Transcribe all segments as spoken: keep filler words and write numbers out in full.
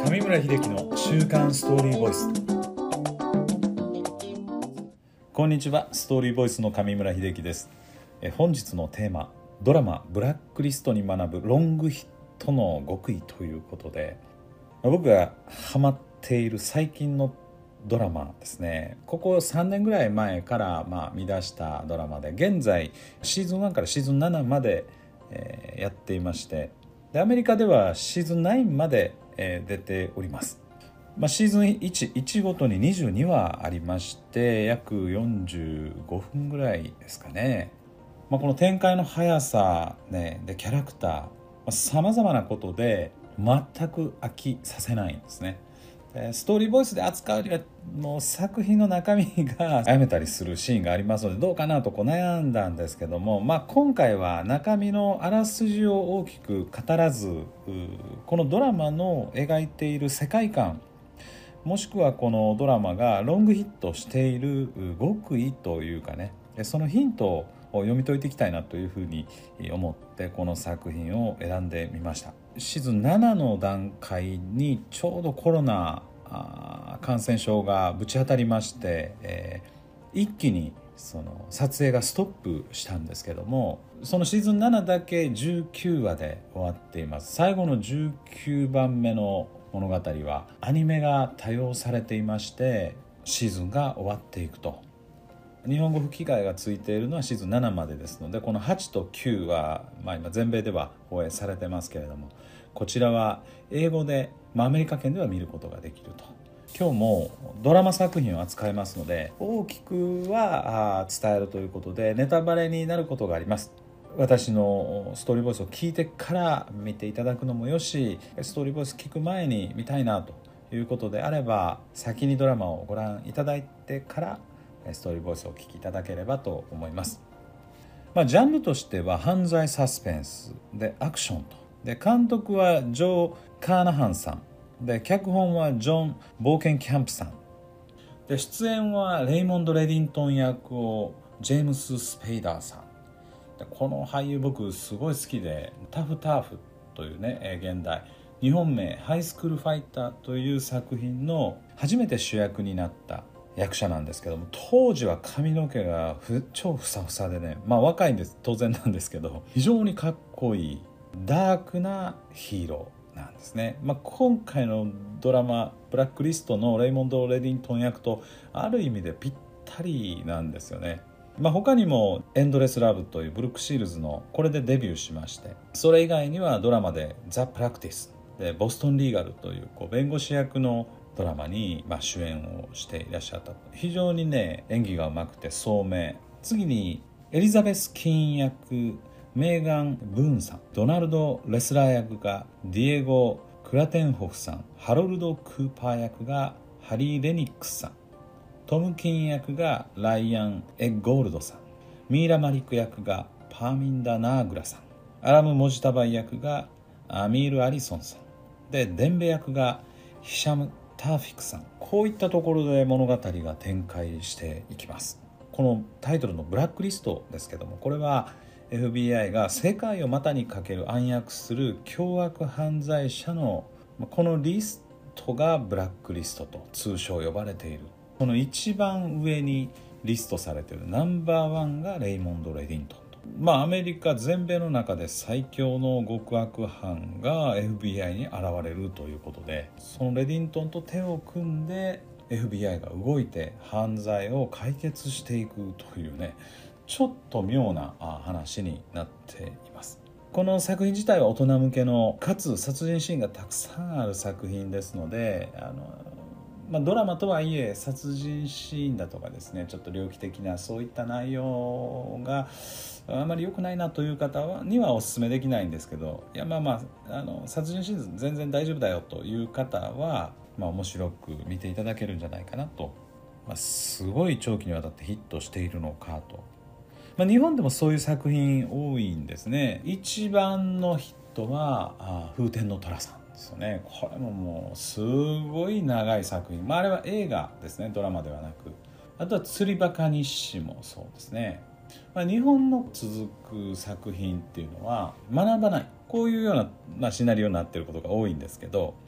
上村秀樹の週刊ストーリーボイス。こんにちは、ストーリーボイスの上村秀樹です。え本日のテーマ、ドラマブラックリストに学ぶロングヒットの極意ということで、僕がハマっている最近のドラマですね。ここさんねんぐらい前からまあ見出したドラマで、現在シーズンワンからシーズンナナまで、えー、やっていまして、でアメリカではシーズンナインまで、えー、出ております。まあ、シーズンいち、いちごとににじゅうにわありまして、約よんじゅうごふんぐらいですかね。まあ、この展開の速さ、ね、でキャラクターさまざまなことで全く飽きさせないんですね。ストーリーボイスで扱うよりはもう作品の中身がやめたりするシーンがありますので、どうかなとこう悩んだんですけども、まあ、今回は中身のあらすじを大きく語らず、このドラマの描いている世界観、もしくはこのドラマがロングヒットしている極意というかね、そのヒントを読み解いていきたいなというふうに思ってこの作品を選んでみました。シーズンナナの段階にちょうどコロナ感染症がぶち当たりまして、えー、一気にその撮影がストップしたんですけども、そのシーズンナナだけじゅうきゅうわで終わっています。最後のじゅうきゅうばんめの物語はアニメが多用されていまして、シーズンが終わっていくと。日本語吹き替えがついているのはシーズンナナまでですので、このはちときゅうは、まあ、今全米では放映されてますけれども、こちらは英語で、まあ、アメリカ圏では見ることができると。今日もドラマ作品を扱いますので、大きくは伝えるということでネタバレになることがあります。私のストーリーボイスを聞いてから見ていただくのもよし、ストーリーボイス聞く前に見たいなということであれば、先にドラマをご覧いただいてからストーリーボイスをお聞きいただければと思います。まあ、ジャンルとしては犯罪サスペンスでアクションと。で監督はジョー・カーナハンさんで、脚本はジョン・ボーケンキャンプさんで、出演はレイモンド・レディントン役をジェームス・スペイダーさんで、この俳優僕すごい好きで、タフ・ターフというね、現代日本名ハイスクールファイターという作品の初めて主役になった役者なんですけども、当時は髪の毛が超ふさふさでね、まあ若いんです当然なんですけど、非常にかっこいいダークなヒーローなんですね。まあ、今回のドラマブラックリストのレイモンド・レディントン役とある意味でぴったりなんですよね。まあ、他にもエンドレスラブというブルックシールズのこれでデビューしまして、それ以外にはドラマでザ・プラクティスでボストン・リーガルという、こう弁護士役のドラマにまあ主演をしていらっしゃった。非常にね演技がうまくて聡明。次にエリザベス・キーン役メーガン・ブーンさん、ドナルド・レスラー役がディエゴ・クラテンホフさん、ハロルド・クーパー役がハリー・レニックスさん、トム・キン役がライアン・エッゴールドさん、ミイラ・マリク役がパーミンダ・ナーグラさん、アラム・モジタバイ役がアミール・アリソンさんで、デンベ役がヒシャム・ターフィクさん。こういったところで物語が展開していきます。このタイトルのブラックリストですけども、これはエフビーアイ が世界を股にかける暗躍する凶悪犯罪者のこのリストがブラックリストと通称呼ばれている。この一番上にリストされているナンバーワンがレイモンド・レディントンと、まあアメリカ全米の中で最強の極悪犯が エフビーアイ に現れるということで、そのレディントンと手を組んで エフビーアイ が動いて犯罪を解決していくというね、ちょっと妙な話になっています。この作品自体は大人向けのかつ殺人シーンがたくさんある作品ですので、あの、まあ、ドラマとはいえ殺人シーンだとかですね、ちょっと猟奇的なそういった内容があまり良くないなという方にはお勧めできないんですけど、いやまあまあ、あの殺人シーン全然大丈夫だよという方は、まあ、面白く見ていただけるんじゃないかなと、まあ、すごい長期にわたってヒットしているのかと。まあ、日本でもそういう作品多いんですね。一番のヒットはあ風天の寅さんですよね。これももうすごい長い作品、まあ、あれは映画ですね、ドラマではなく。あとは釣りバカ日誌もそうですね。まあ、日本の続く作品っていうのは学ばない、こういうような、まあ、シナリオになっていることが多いんですけど、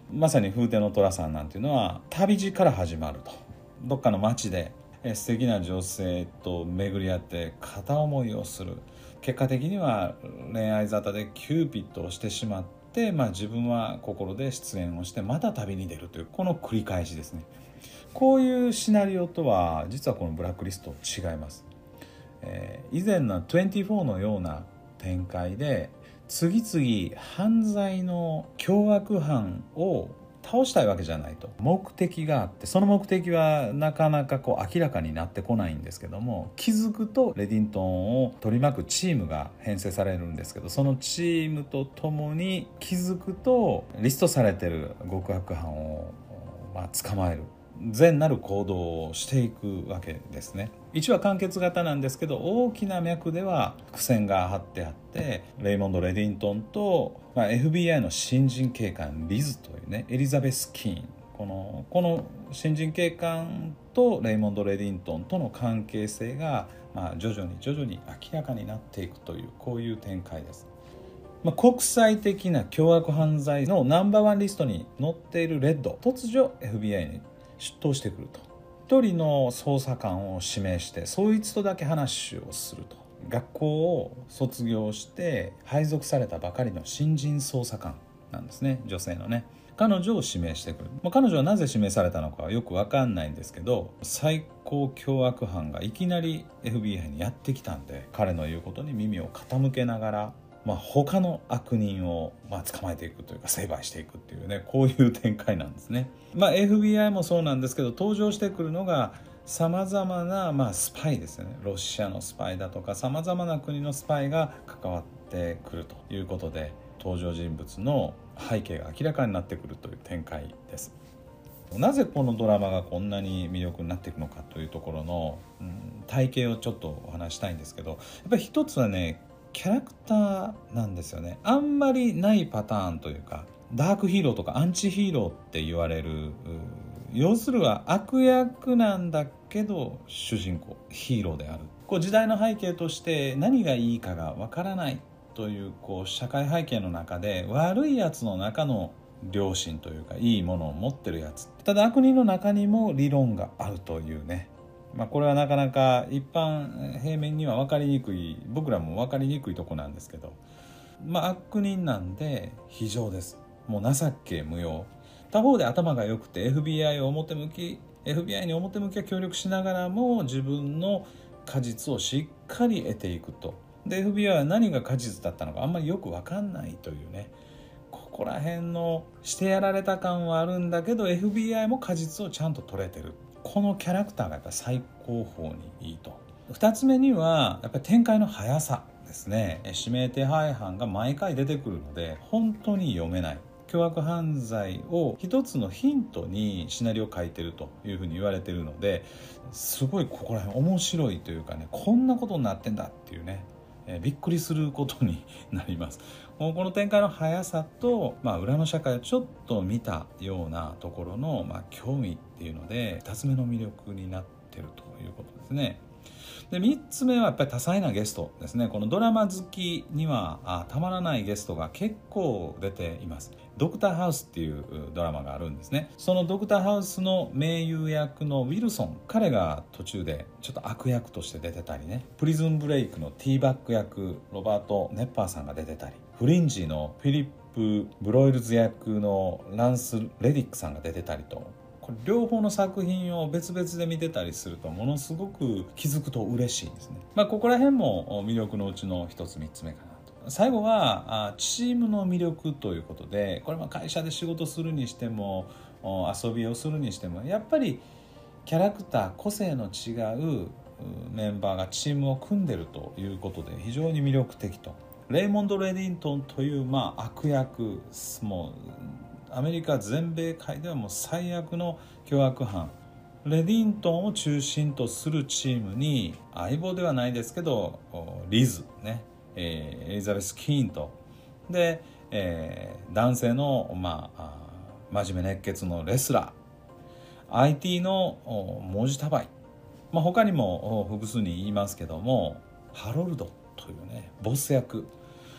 まさに風天の寅さんなんていうのは旅路から始まると。どっかの街で素敵な女性と巡り合って片思いをする。結果的には恋愛沙汰でキューピッドをしてしまって、まあ、自分は心で失恋をしてまた旅に出るというこの繰り返しですね。こういうシナリオとは実はこのブラックリスト違います。えー、以前のにじゅうよんのような展開で次々犯罪の凶悪犯を倒したいわけじゃないと、目的があって、その目的はなかなかこう明らかになってこないんですけども、気づくとレディントンを取り巻くチームが編成されるんですけど、そのチームとともに気づくとリストされてる極悪犯を、まあ、捕まえる善なる行動をしていくわけですね。いちわ完結型なんですけど、大きな脈では伏線が張ってあって、レイモンド・レディントンと、まあ、エフビーアイ の新人警官リズというね、エリザベス・キーン、このこの新人警官とレイモンド・レディントンとの関係性が、まあ、徐々に徐々に明らかになっていくという、こういう展開です。まあ、国際的な凶悪犯罪のナンバーワンリストに載っているレッド、突如 エフビーアイ に出頭してくると。一人の捜査官を指名して、そいつとだけ話をすると。学校を卒業して配属されたばかりの新人捜査官なんですね、女性のね。彼女を指名してくる。まあ、彼女はなぜ指名されたのかはよく分かんないんですけど、最高凶悪犯がいきなり エフビーアイ にやってきたんで、彼の言うことに耳を傾けながら、まあ、他の悪人をまあ捕まえていくというか成敗していくっていうね、こういう展開なんですね。まあ、エフビーアイ もそうなんですけど、登場してくるのがさまざまなまあスパイですよね。ロシアのスパイだとかさまざまな国のスパイが関わってくるということで、登場人物の背景が明らかになってくるという展開です。なぜこのドラマがこんなに魅力になっていくのかというところの、うん、体系をちょっとお話したいんですけど、やっぱり一つはね、キャラクターなんですよね。あんまりないパターンというか、ダークヒーローとかアンチヒーローって言われる、要するは悪役なんだけど主人公ヒーローである。こう時代の背景として何がいいかがわからないという、こう社会背景の中で、悪いやつの中の良心というかいいものを持ってるやつ、ただ悪人の中にも理論があるというね。まあ、これはなかなか一般平面には分かりにくい、僕らも分かりにくいとこなんですけど、まあ、悪人なんで非情です。もう情け無用。他方で頭が良くて エフビーアイ を表向き エフビーアイ に表向きは協力しながらも自分の果実をしっかり得ていくと。で エフビーアイ は何が果実だったのかあんまりよく分かんないというね、ここら辺のしてやられた感はあるんだけど エフビーアイ も果実をちゃんと取れてる。このキャラクターがやっぱ最高峰にいいと。ふたつめにはやっぱり展開の速さですね。指名手配犯が毎回出てくるので本当に読めない。凶悪犯罪を一つのヒントにシナリオを書いてるというふうに言われてるので、すごいここら辺面白いというかね、こんなことになってんだっていうね、えびっくりすることになります。この展開の速さと、まあ、裏の社会をちょっと見たようなところの、まあ、興味っていうのでふたつめの魅力になってるということですね。でみっつめはやっぱり多彩なゲストですね。このドラマ好きにはあたまらないゲストが結構出ています。ドクターハウスっていうドラマがあるんですね。そのドクターハウスの名優役のウィルソン、彼が途中でちょっと悪役として出てたりね、プリズンブレイクのティーバッグ役ロバート・ネッパーさんが出てたり、フリンジのフィリップ・ブロイルズ役のランス・レディックさんが出てたりと、これ両方の作品を別々で見てたりするとものすごく気づくと嬉しいですね。まあここら辺も魅力のうちの一つ三つ目かなと。最後はチームの魅力ということで、これは会社で仕事するにしても遊びをするにしてもやっぱりキャラクター個性の違うメンバーがチームを組んでるということで非常に魅力的と。レイモンド・レディントンというまあ悪役、もうアメリカ全米界ではもう最悪の凶悪犯レディントンを中心とするチームに相棒ではないですけどリズね、えー、エリザベス・キーンとで、えー、男性の、まあ、真面目熱血のレスラー アイティー のモジタバイ、まあ、他にも複数に言いますけどもハロルドというねボス役、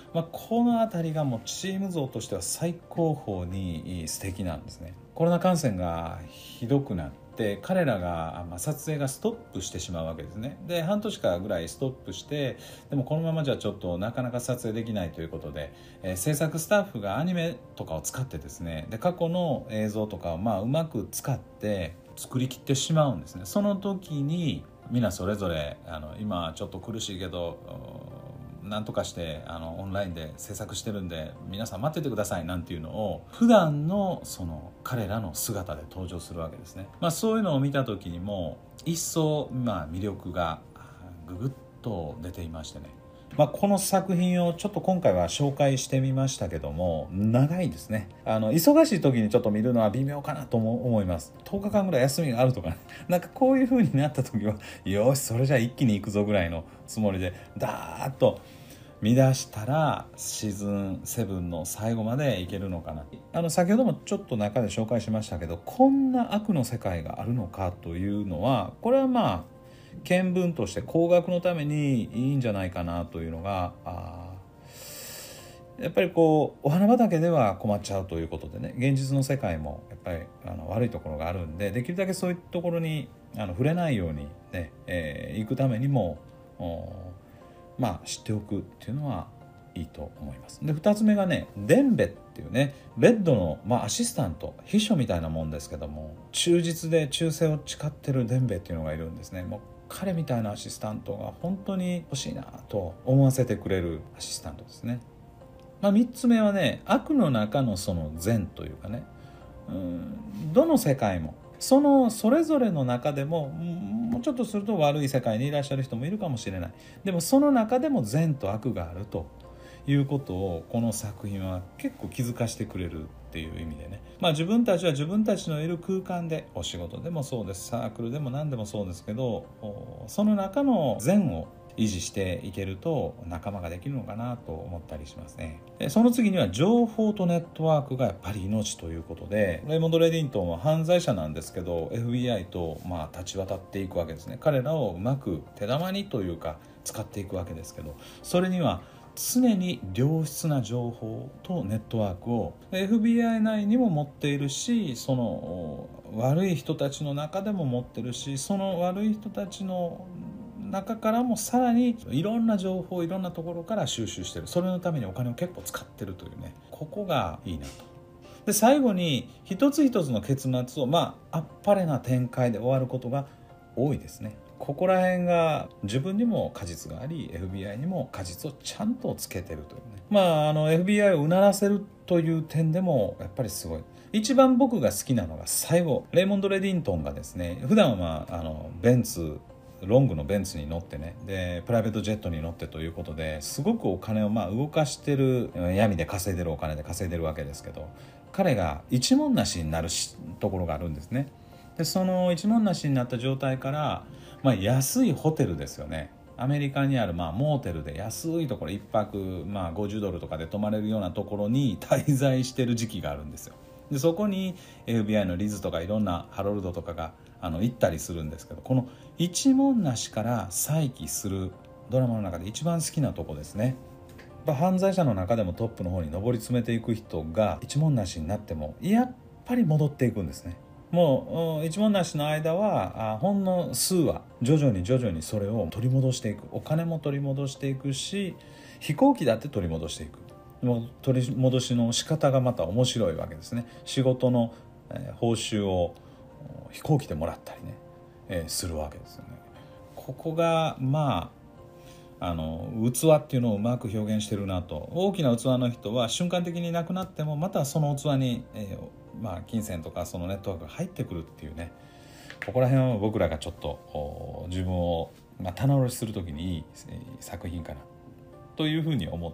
まあ、この辺りがもうチーム像としては最高峰に素敵なんですね。コロナ感染がひどくなって彼らが、まあ、撮影がストップしてしまうわけですね。で半年間ぐらいストップして、でもこのままじゃちょっとなかなか撮影できないということで、えー、制作スタッフがアニメとかを使ってですね、で過去の映像とかをまあうまく使って作り切ってしまうんですね。その時に皆それぞれあの今ちょっと苦しいけどなんとかしてあのオンラインで制作してるんで皆さん待っててくださいなんていうのを普段のその彼らの姿で登場するわけですね。まあ、そういうのを見た時にも一層まあ魅力がぐぐっと出ていましてね、まあ、この作品をちょっと今回は紹介してみましたけども長いですね。あの忙しい時にちょっと見るのは微妙かなと思います。とおかかんぐらい休みがあるとか、ね、なんかこういう風になった時はよしそれじゃあ一気に行くぞぐらいのつもりでダーッと見出したらシーズンセブンの最後までいけるのかな。あの先ほどもちょっと中で紹介しましたけど、こんな悪の世界があるのかというのはこれはまあ見聞として工学のためにいいんじゃないかなというのが、あやっぱりこうお花畑では困っちゃうということでね、現実の世界もやっぱりあの悪いところがあるんで、できるだけそういうところにあの触れないようにね、えー、行くためにもまあ知っておくっていうのはいいと思います。でふたつめがね、デンベっていうね、レッドの、まあ、アシスタント秘書みたいなもんですけども、忠実で忠誠を誓ってるデンベっていうのがいるんですね。もう彼みたいなアシスタントが本当に欲しいなと思わせてくれるアシスタントですね。まあ、みっつめはね、悪の中のその善というかね、うん、どの世界もそのそれぞれの中でももうちょっとすると悪い世界にいらっしゃる人もいるかもしれない。でもその中でも善と悪があるということをこの作品は結構気づかせてくれるっていう意味でね、まあ、自分たちは自分たちのいる空間で、お仕事でもそうです、サークルでも何でもそうですけど、その中の善を維持していけると仲間ができるのかなと思ったりしますね。その次には情報とネットワークがやっぱり命ということで、レイモンド・レディントンは犯罪者なんですけど エフビーアイ とまあ立ち渡っていくわけですね。彼らをうまく手玉にというか使っていくわけですけど、それには常に良質な情報とネットワークを エフビーアイ 内にも持っているし、その悪い人たちの中でも持ってるし、その悪い人たちの中からもさらにいろんな情報をいろんなところから収集してる。それのためにお金を結構使ってるというね、ここがいいなと。で最後に一つ一つの結末をまああっぱれな展開で終わることが多いですね。ここら辺が自分にも果実があり エフビーアイ にも果実をちゃんとつけてるというね、まああの エフビーアイ をうならせるという点でもやっぱりすごい。一番僕が好きなのが最後、レイモンド・レディントンがですね、普段はあのベンツロングのベンツに乗ってね、でプライベートジェットに乗ってということですごくお金をまあ動かしてる、闇で稼いでるお金で稼いでるわけですけど、彼が一文無しになるしところがあるんですね。でその一文無しになった状態から、まあ、安いホテルですよね。アメリカにあるまあモーテルで安いところいっぱくまあごじゅうドルとかで泊まれるようなところに滞在してる時期があるんですよ。でそこに エフビーアイ のリズとかいろんなハロルドとかがあの行ったりするんですけど、この一文無しから再起するドラマの中で一番好きなとこですね。犯罪者の中でもトップの方に上り詰めていく人が一文無しになってもやっぱり戻っていくんですね。もう一文無しの間はほんの数話徐々に徐々にそれを取り戻していく。お金も取り戻していくし、飛行機だって取り戻していく。もう取り戻しの仕方がまた面白いわけですね。仕事の、えー、報酬を飛行機でもらったりね、えー、するわけですよね。ここがまああの器っていうのをうまく表現してるなと。大きな器の人は瞬間的になくなってもまたその器に、えーまあ、金銭とかそのネットワークが入ってくるっていうね、ここら辺は僕らがちょっと自分を、まあ、棚卸しするときにいい作品かなというふうに思って、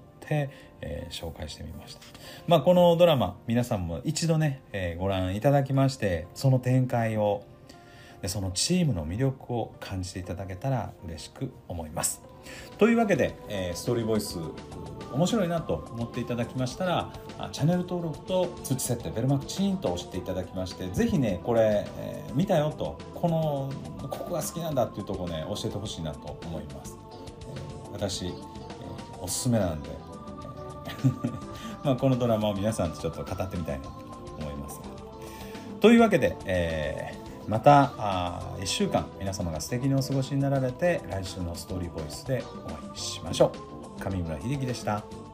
えー、紹介してみました。まあ、このドラマ皆さんも一度ね、えー、ご覧いただきまして、その展開をでそのチームの魅力を感じていただけたら嬉しく思います。というわけで、えー、ストーリーボイス面白いなと思っていただきましたら、チャンネル登録と通知設定ベルマークチーンと押していただきまして、ぜひねこれ、えー、見たよと、このここが好きなんだっていうところね教えてほしいなと思います。えー、私、えー、おすすめなんで、えまあこのドラマを皆さんとちょっと語ってみたいなと思いますが、というわけで、えー、またあいっしゅうかん皆様が素敵にお過ごしになられて、来週のストーリーボイスでお会いしましょう。上村秀樹でした。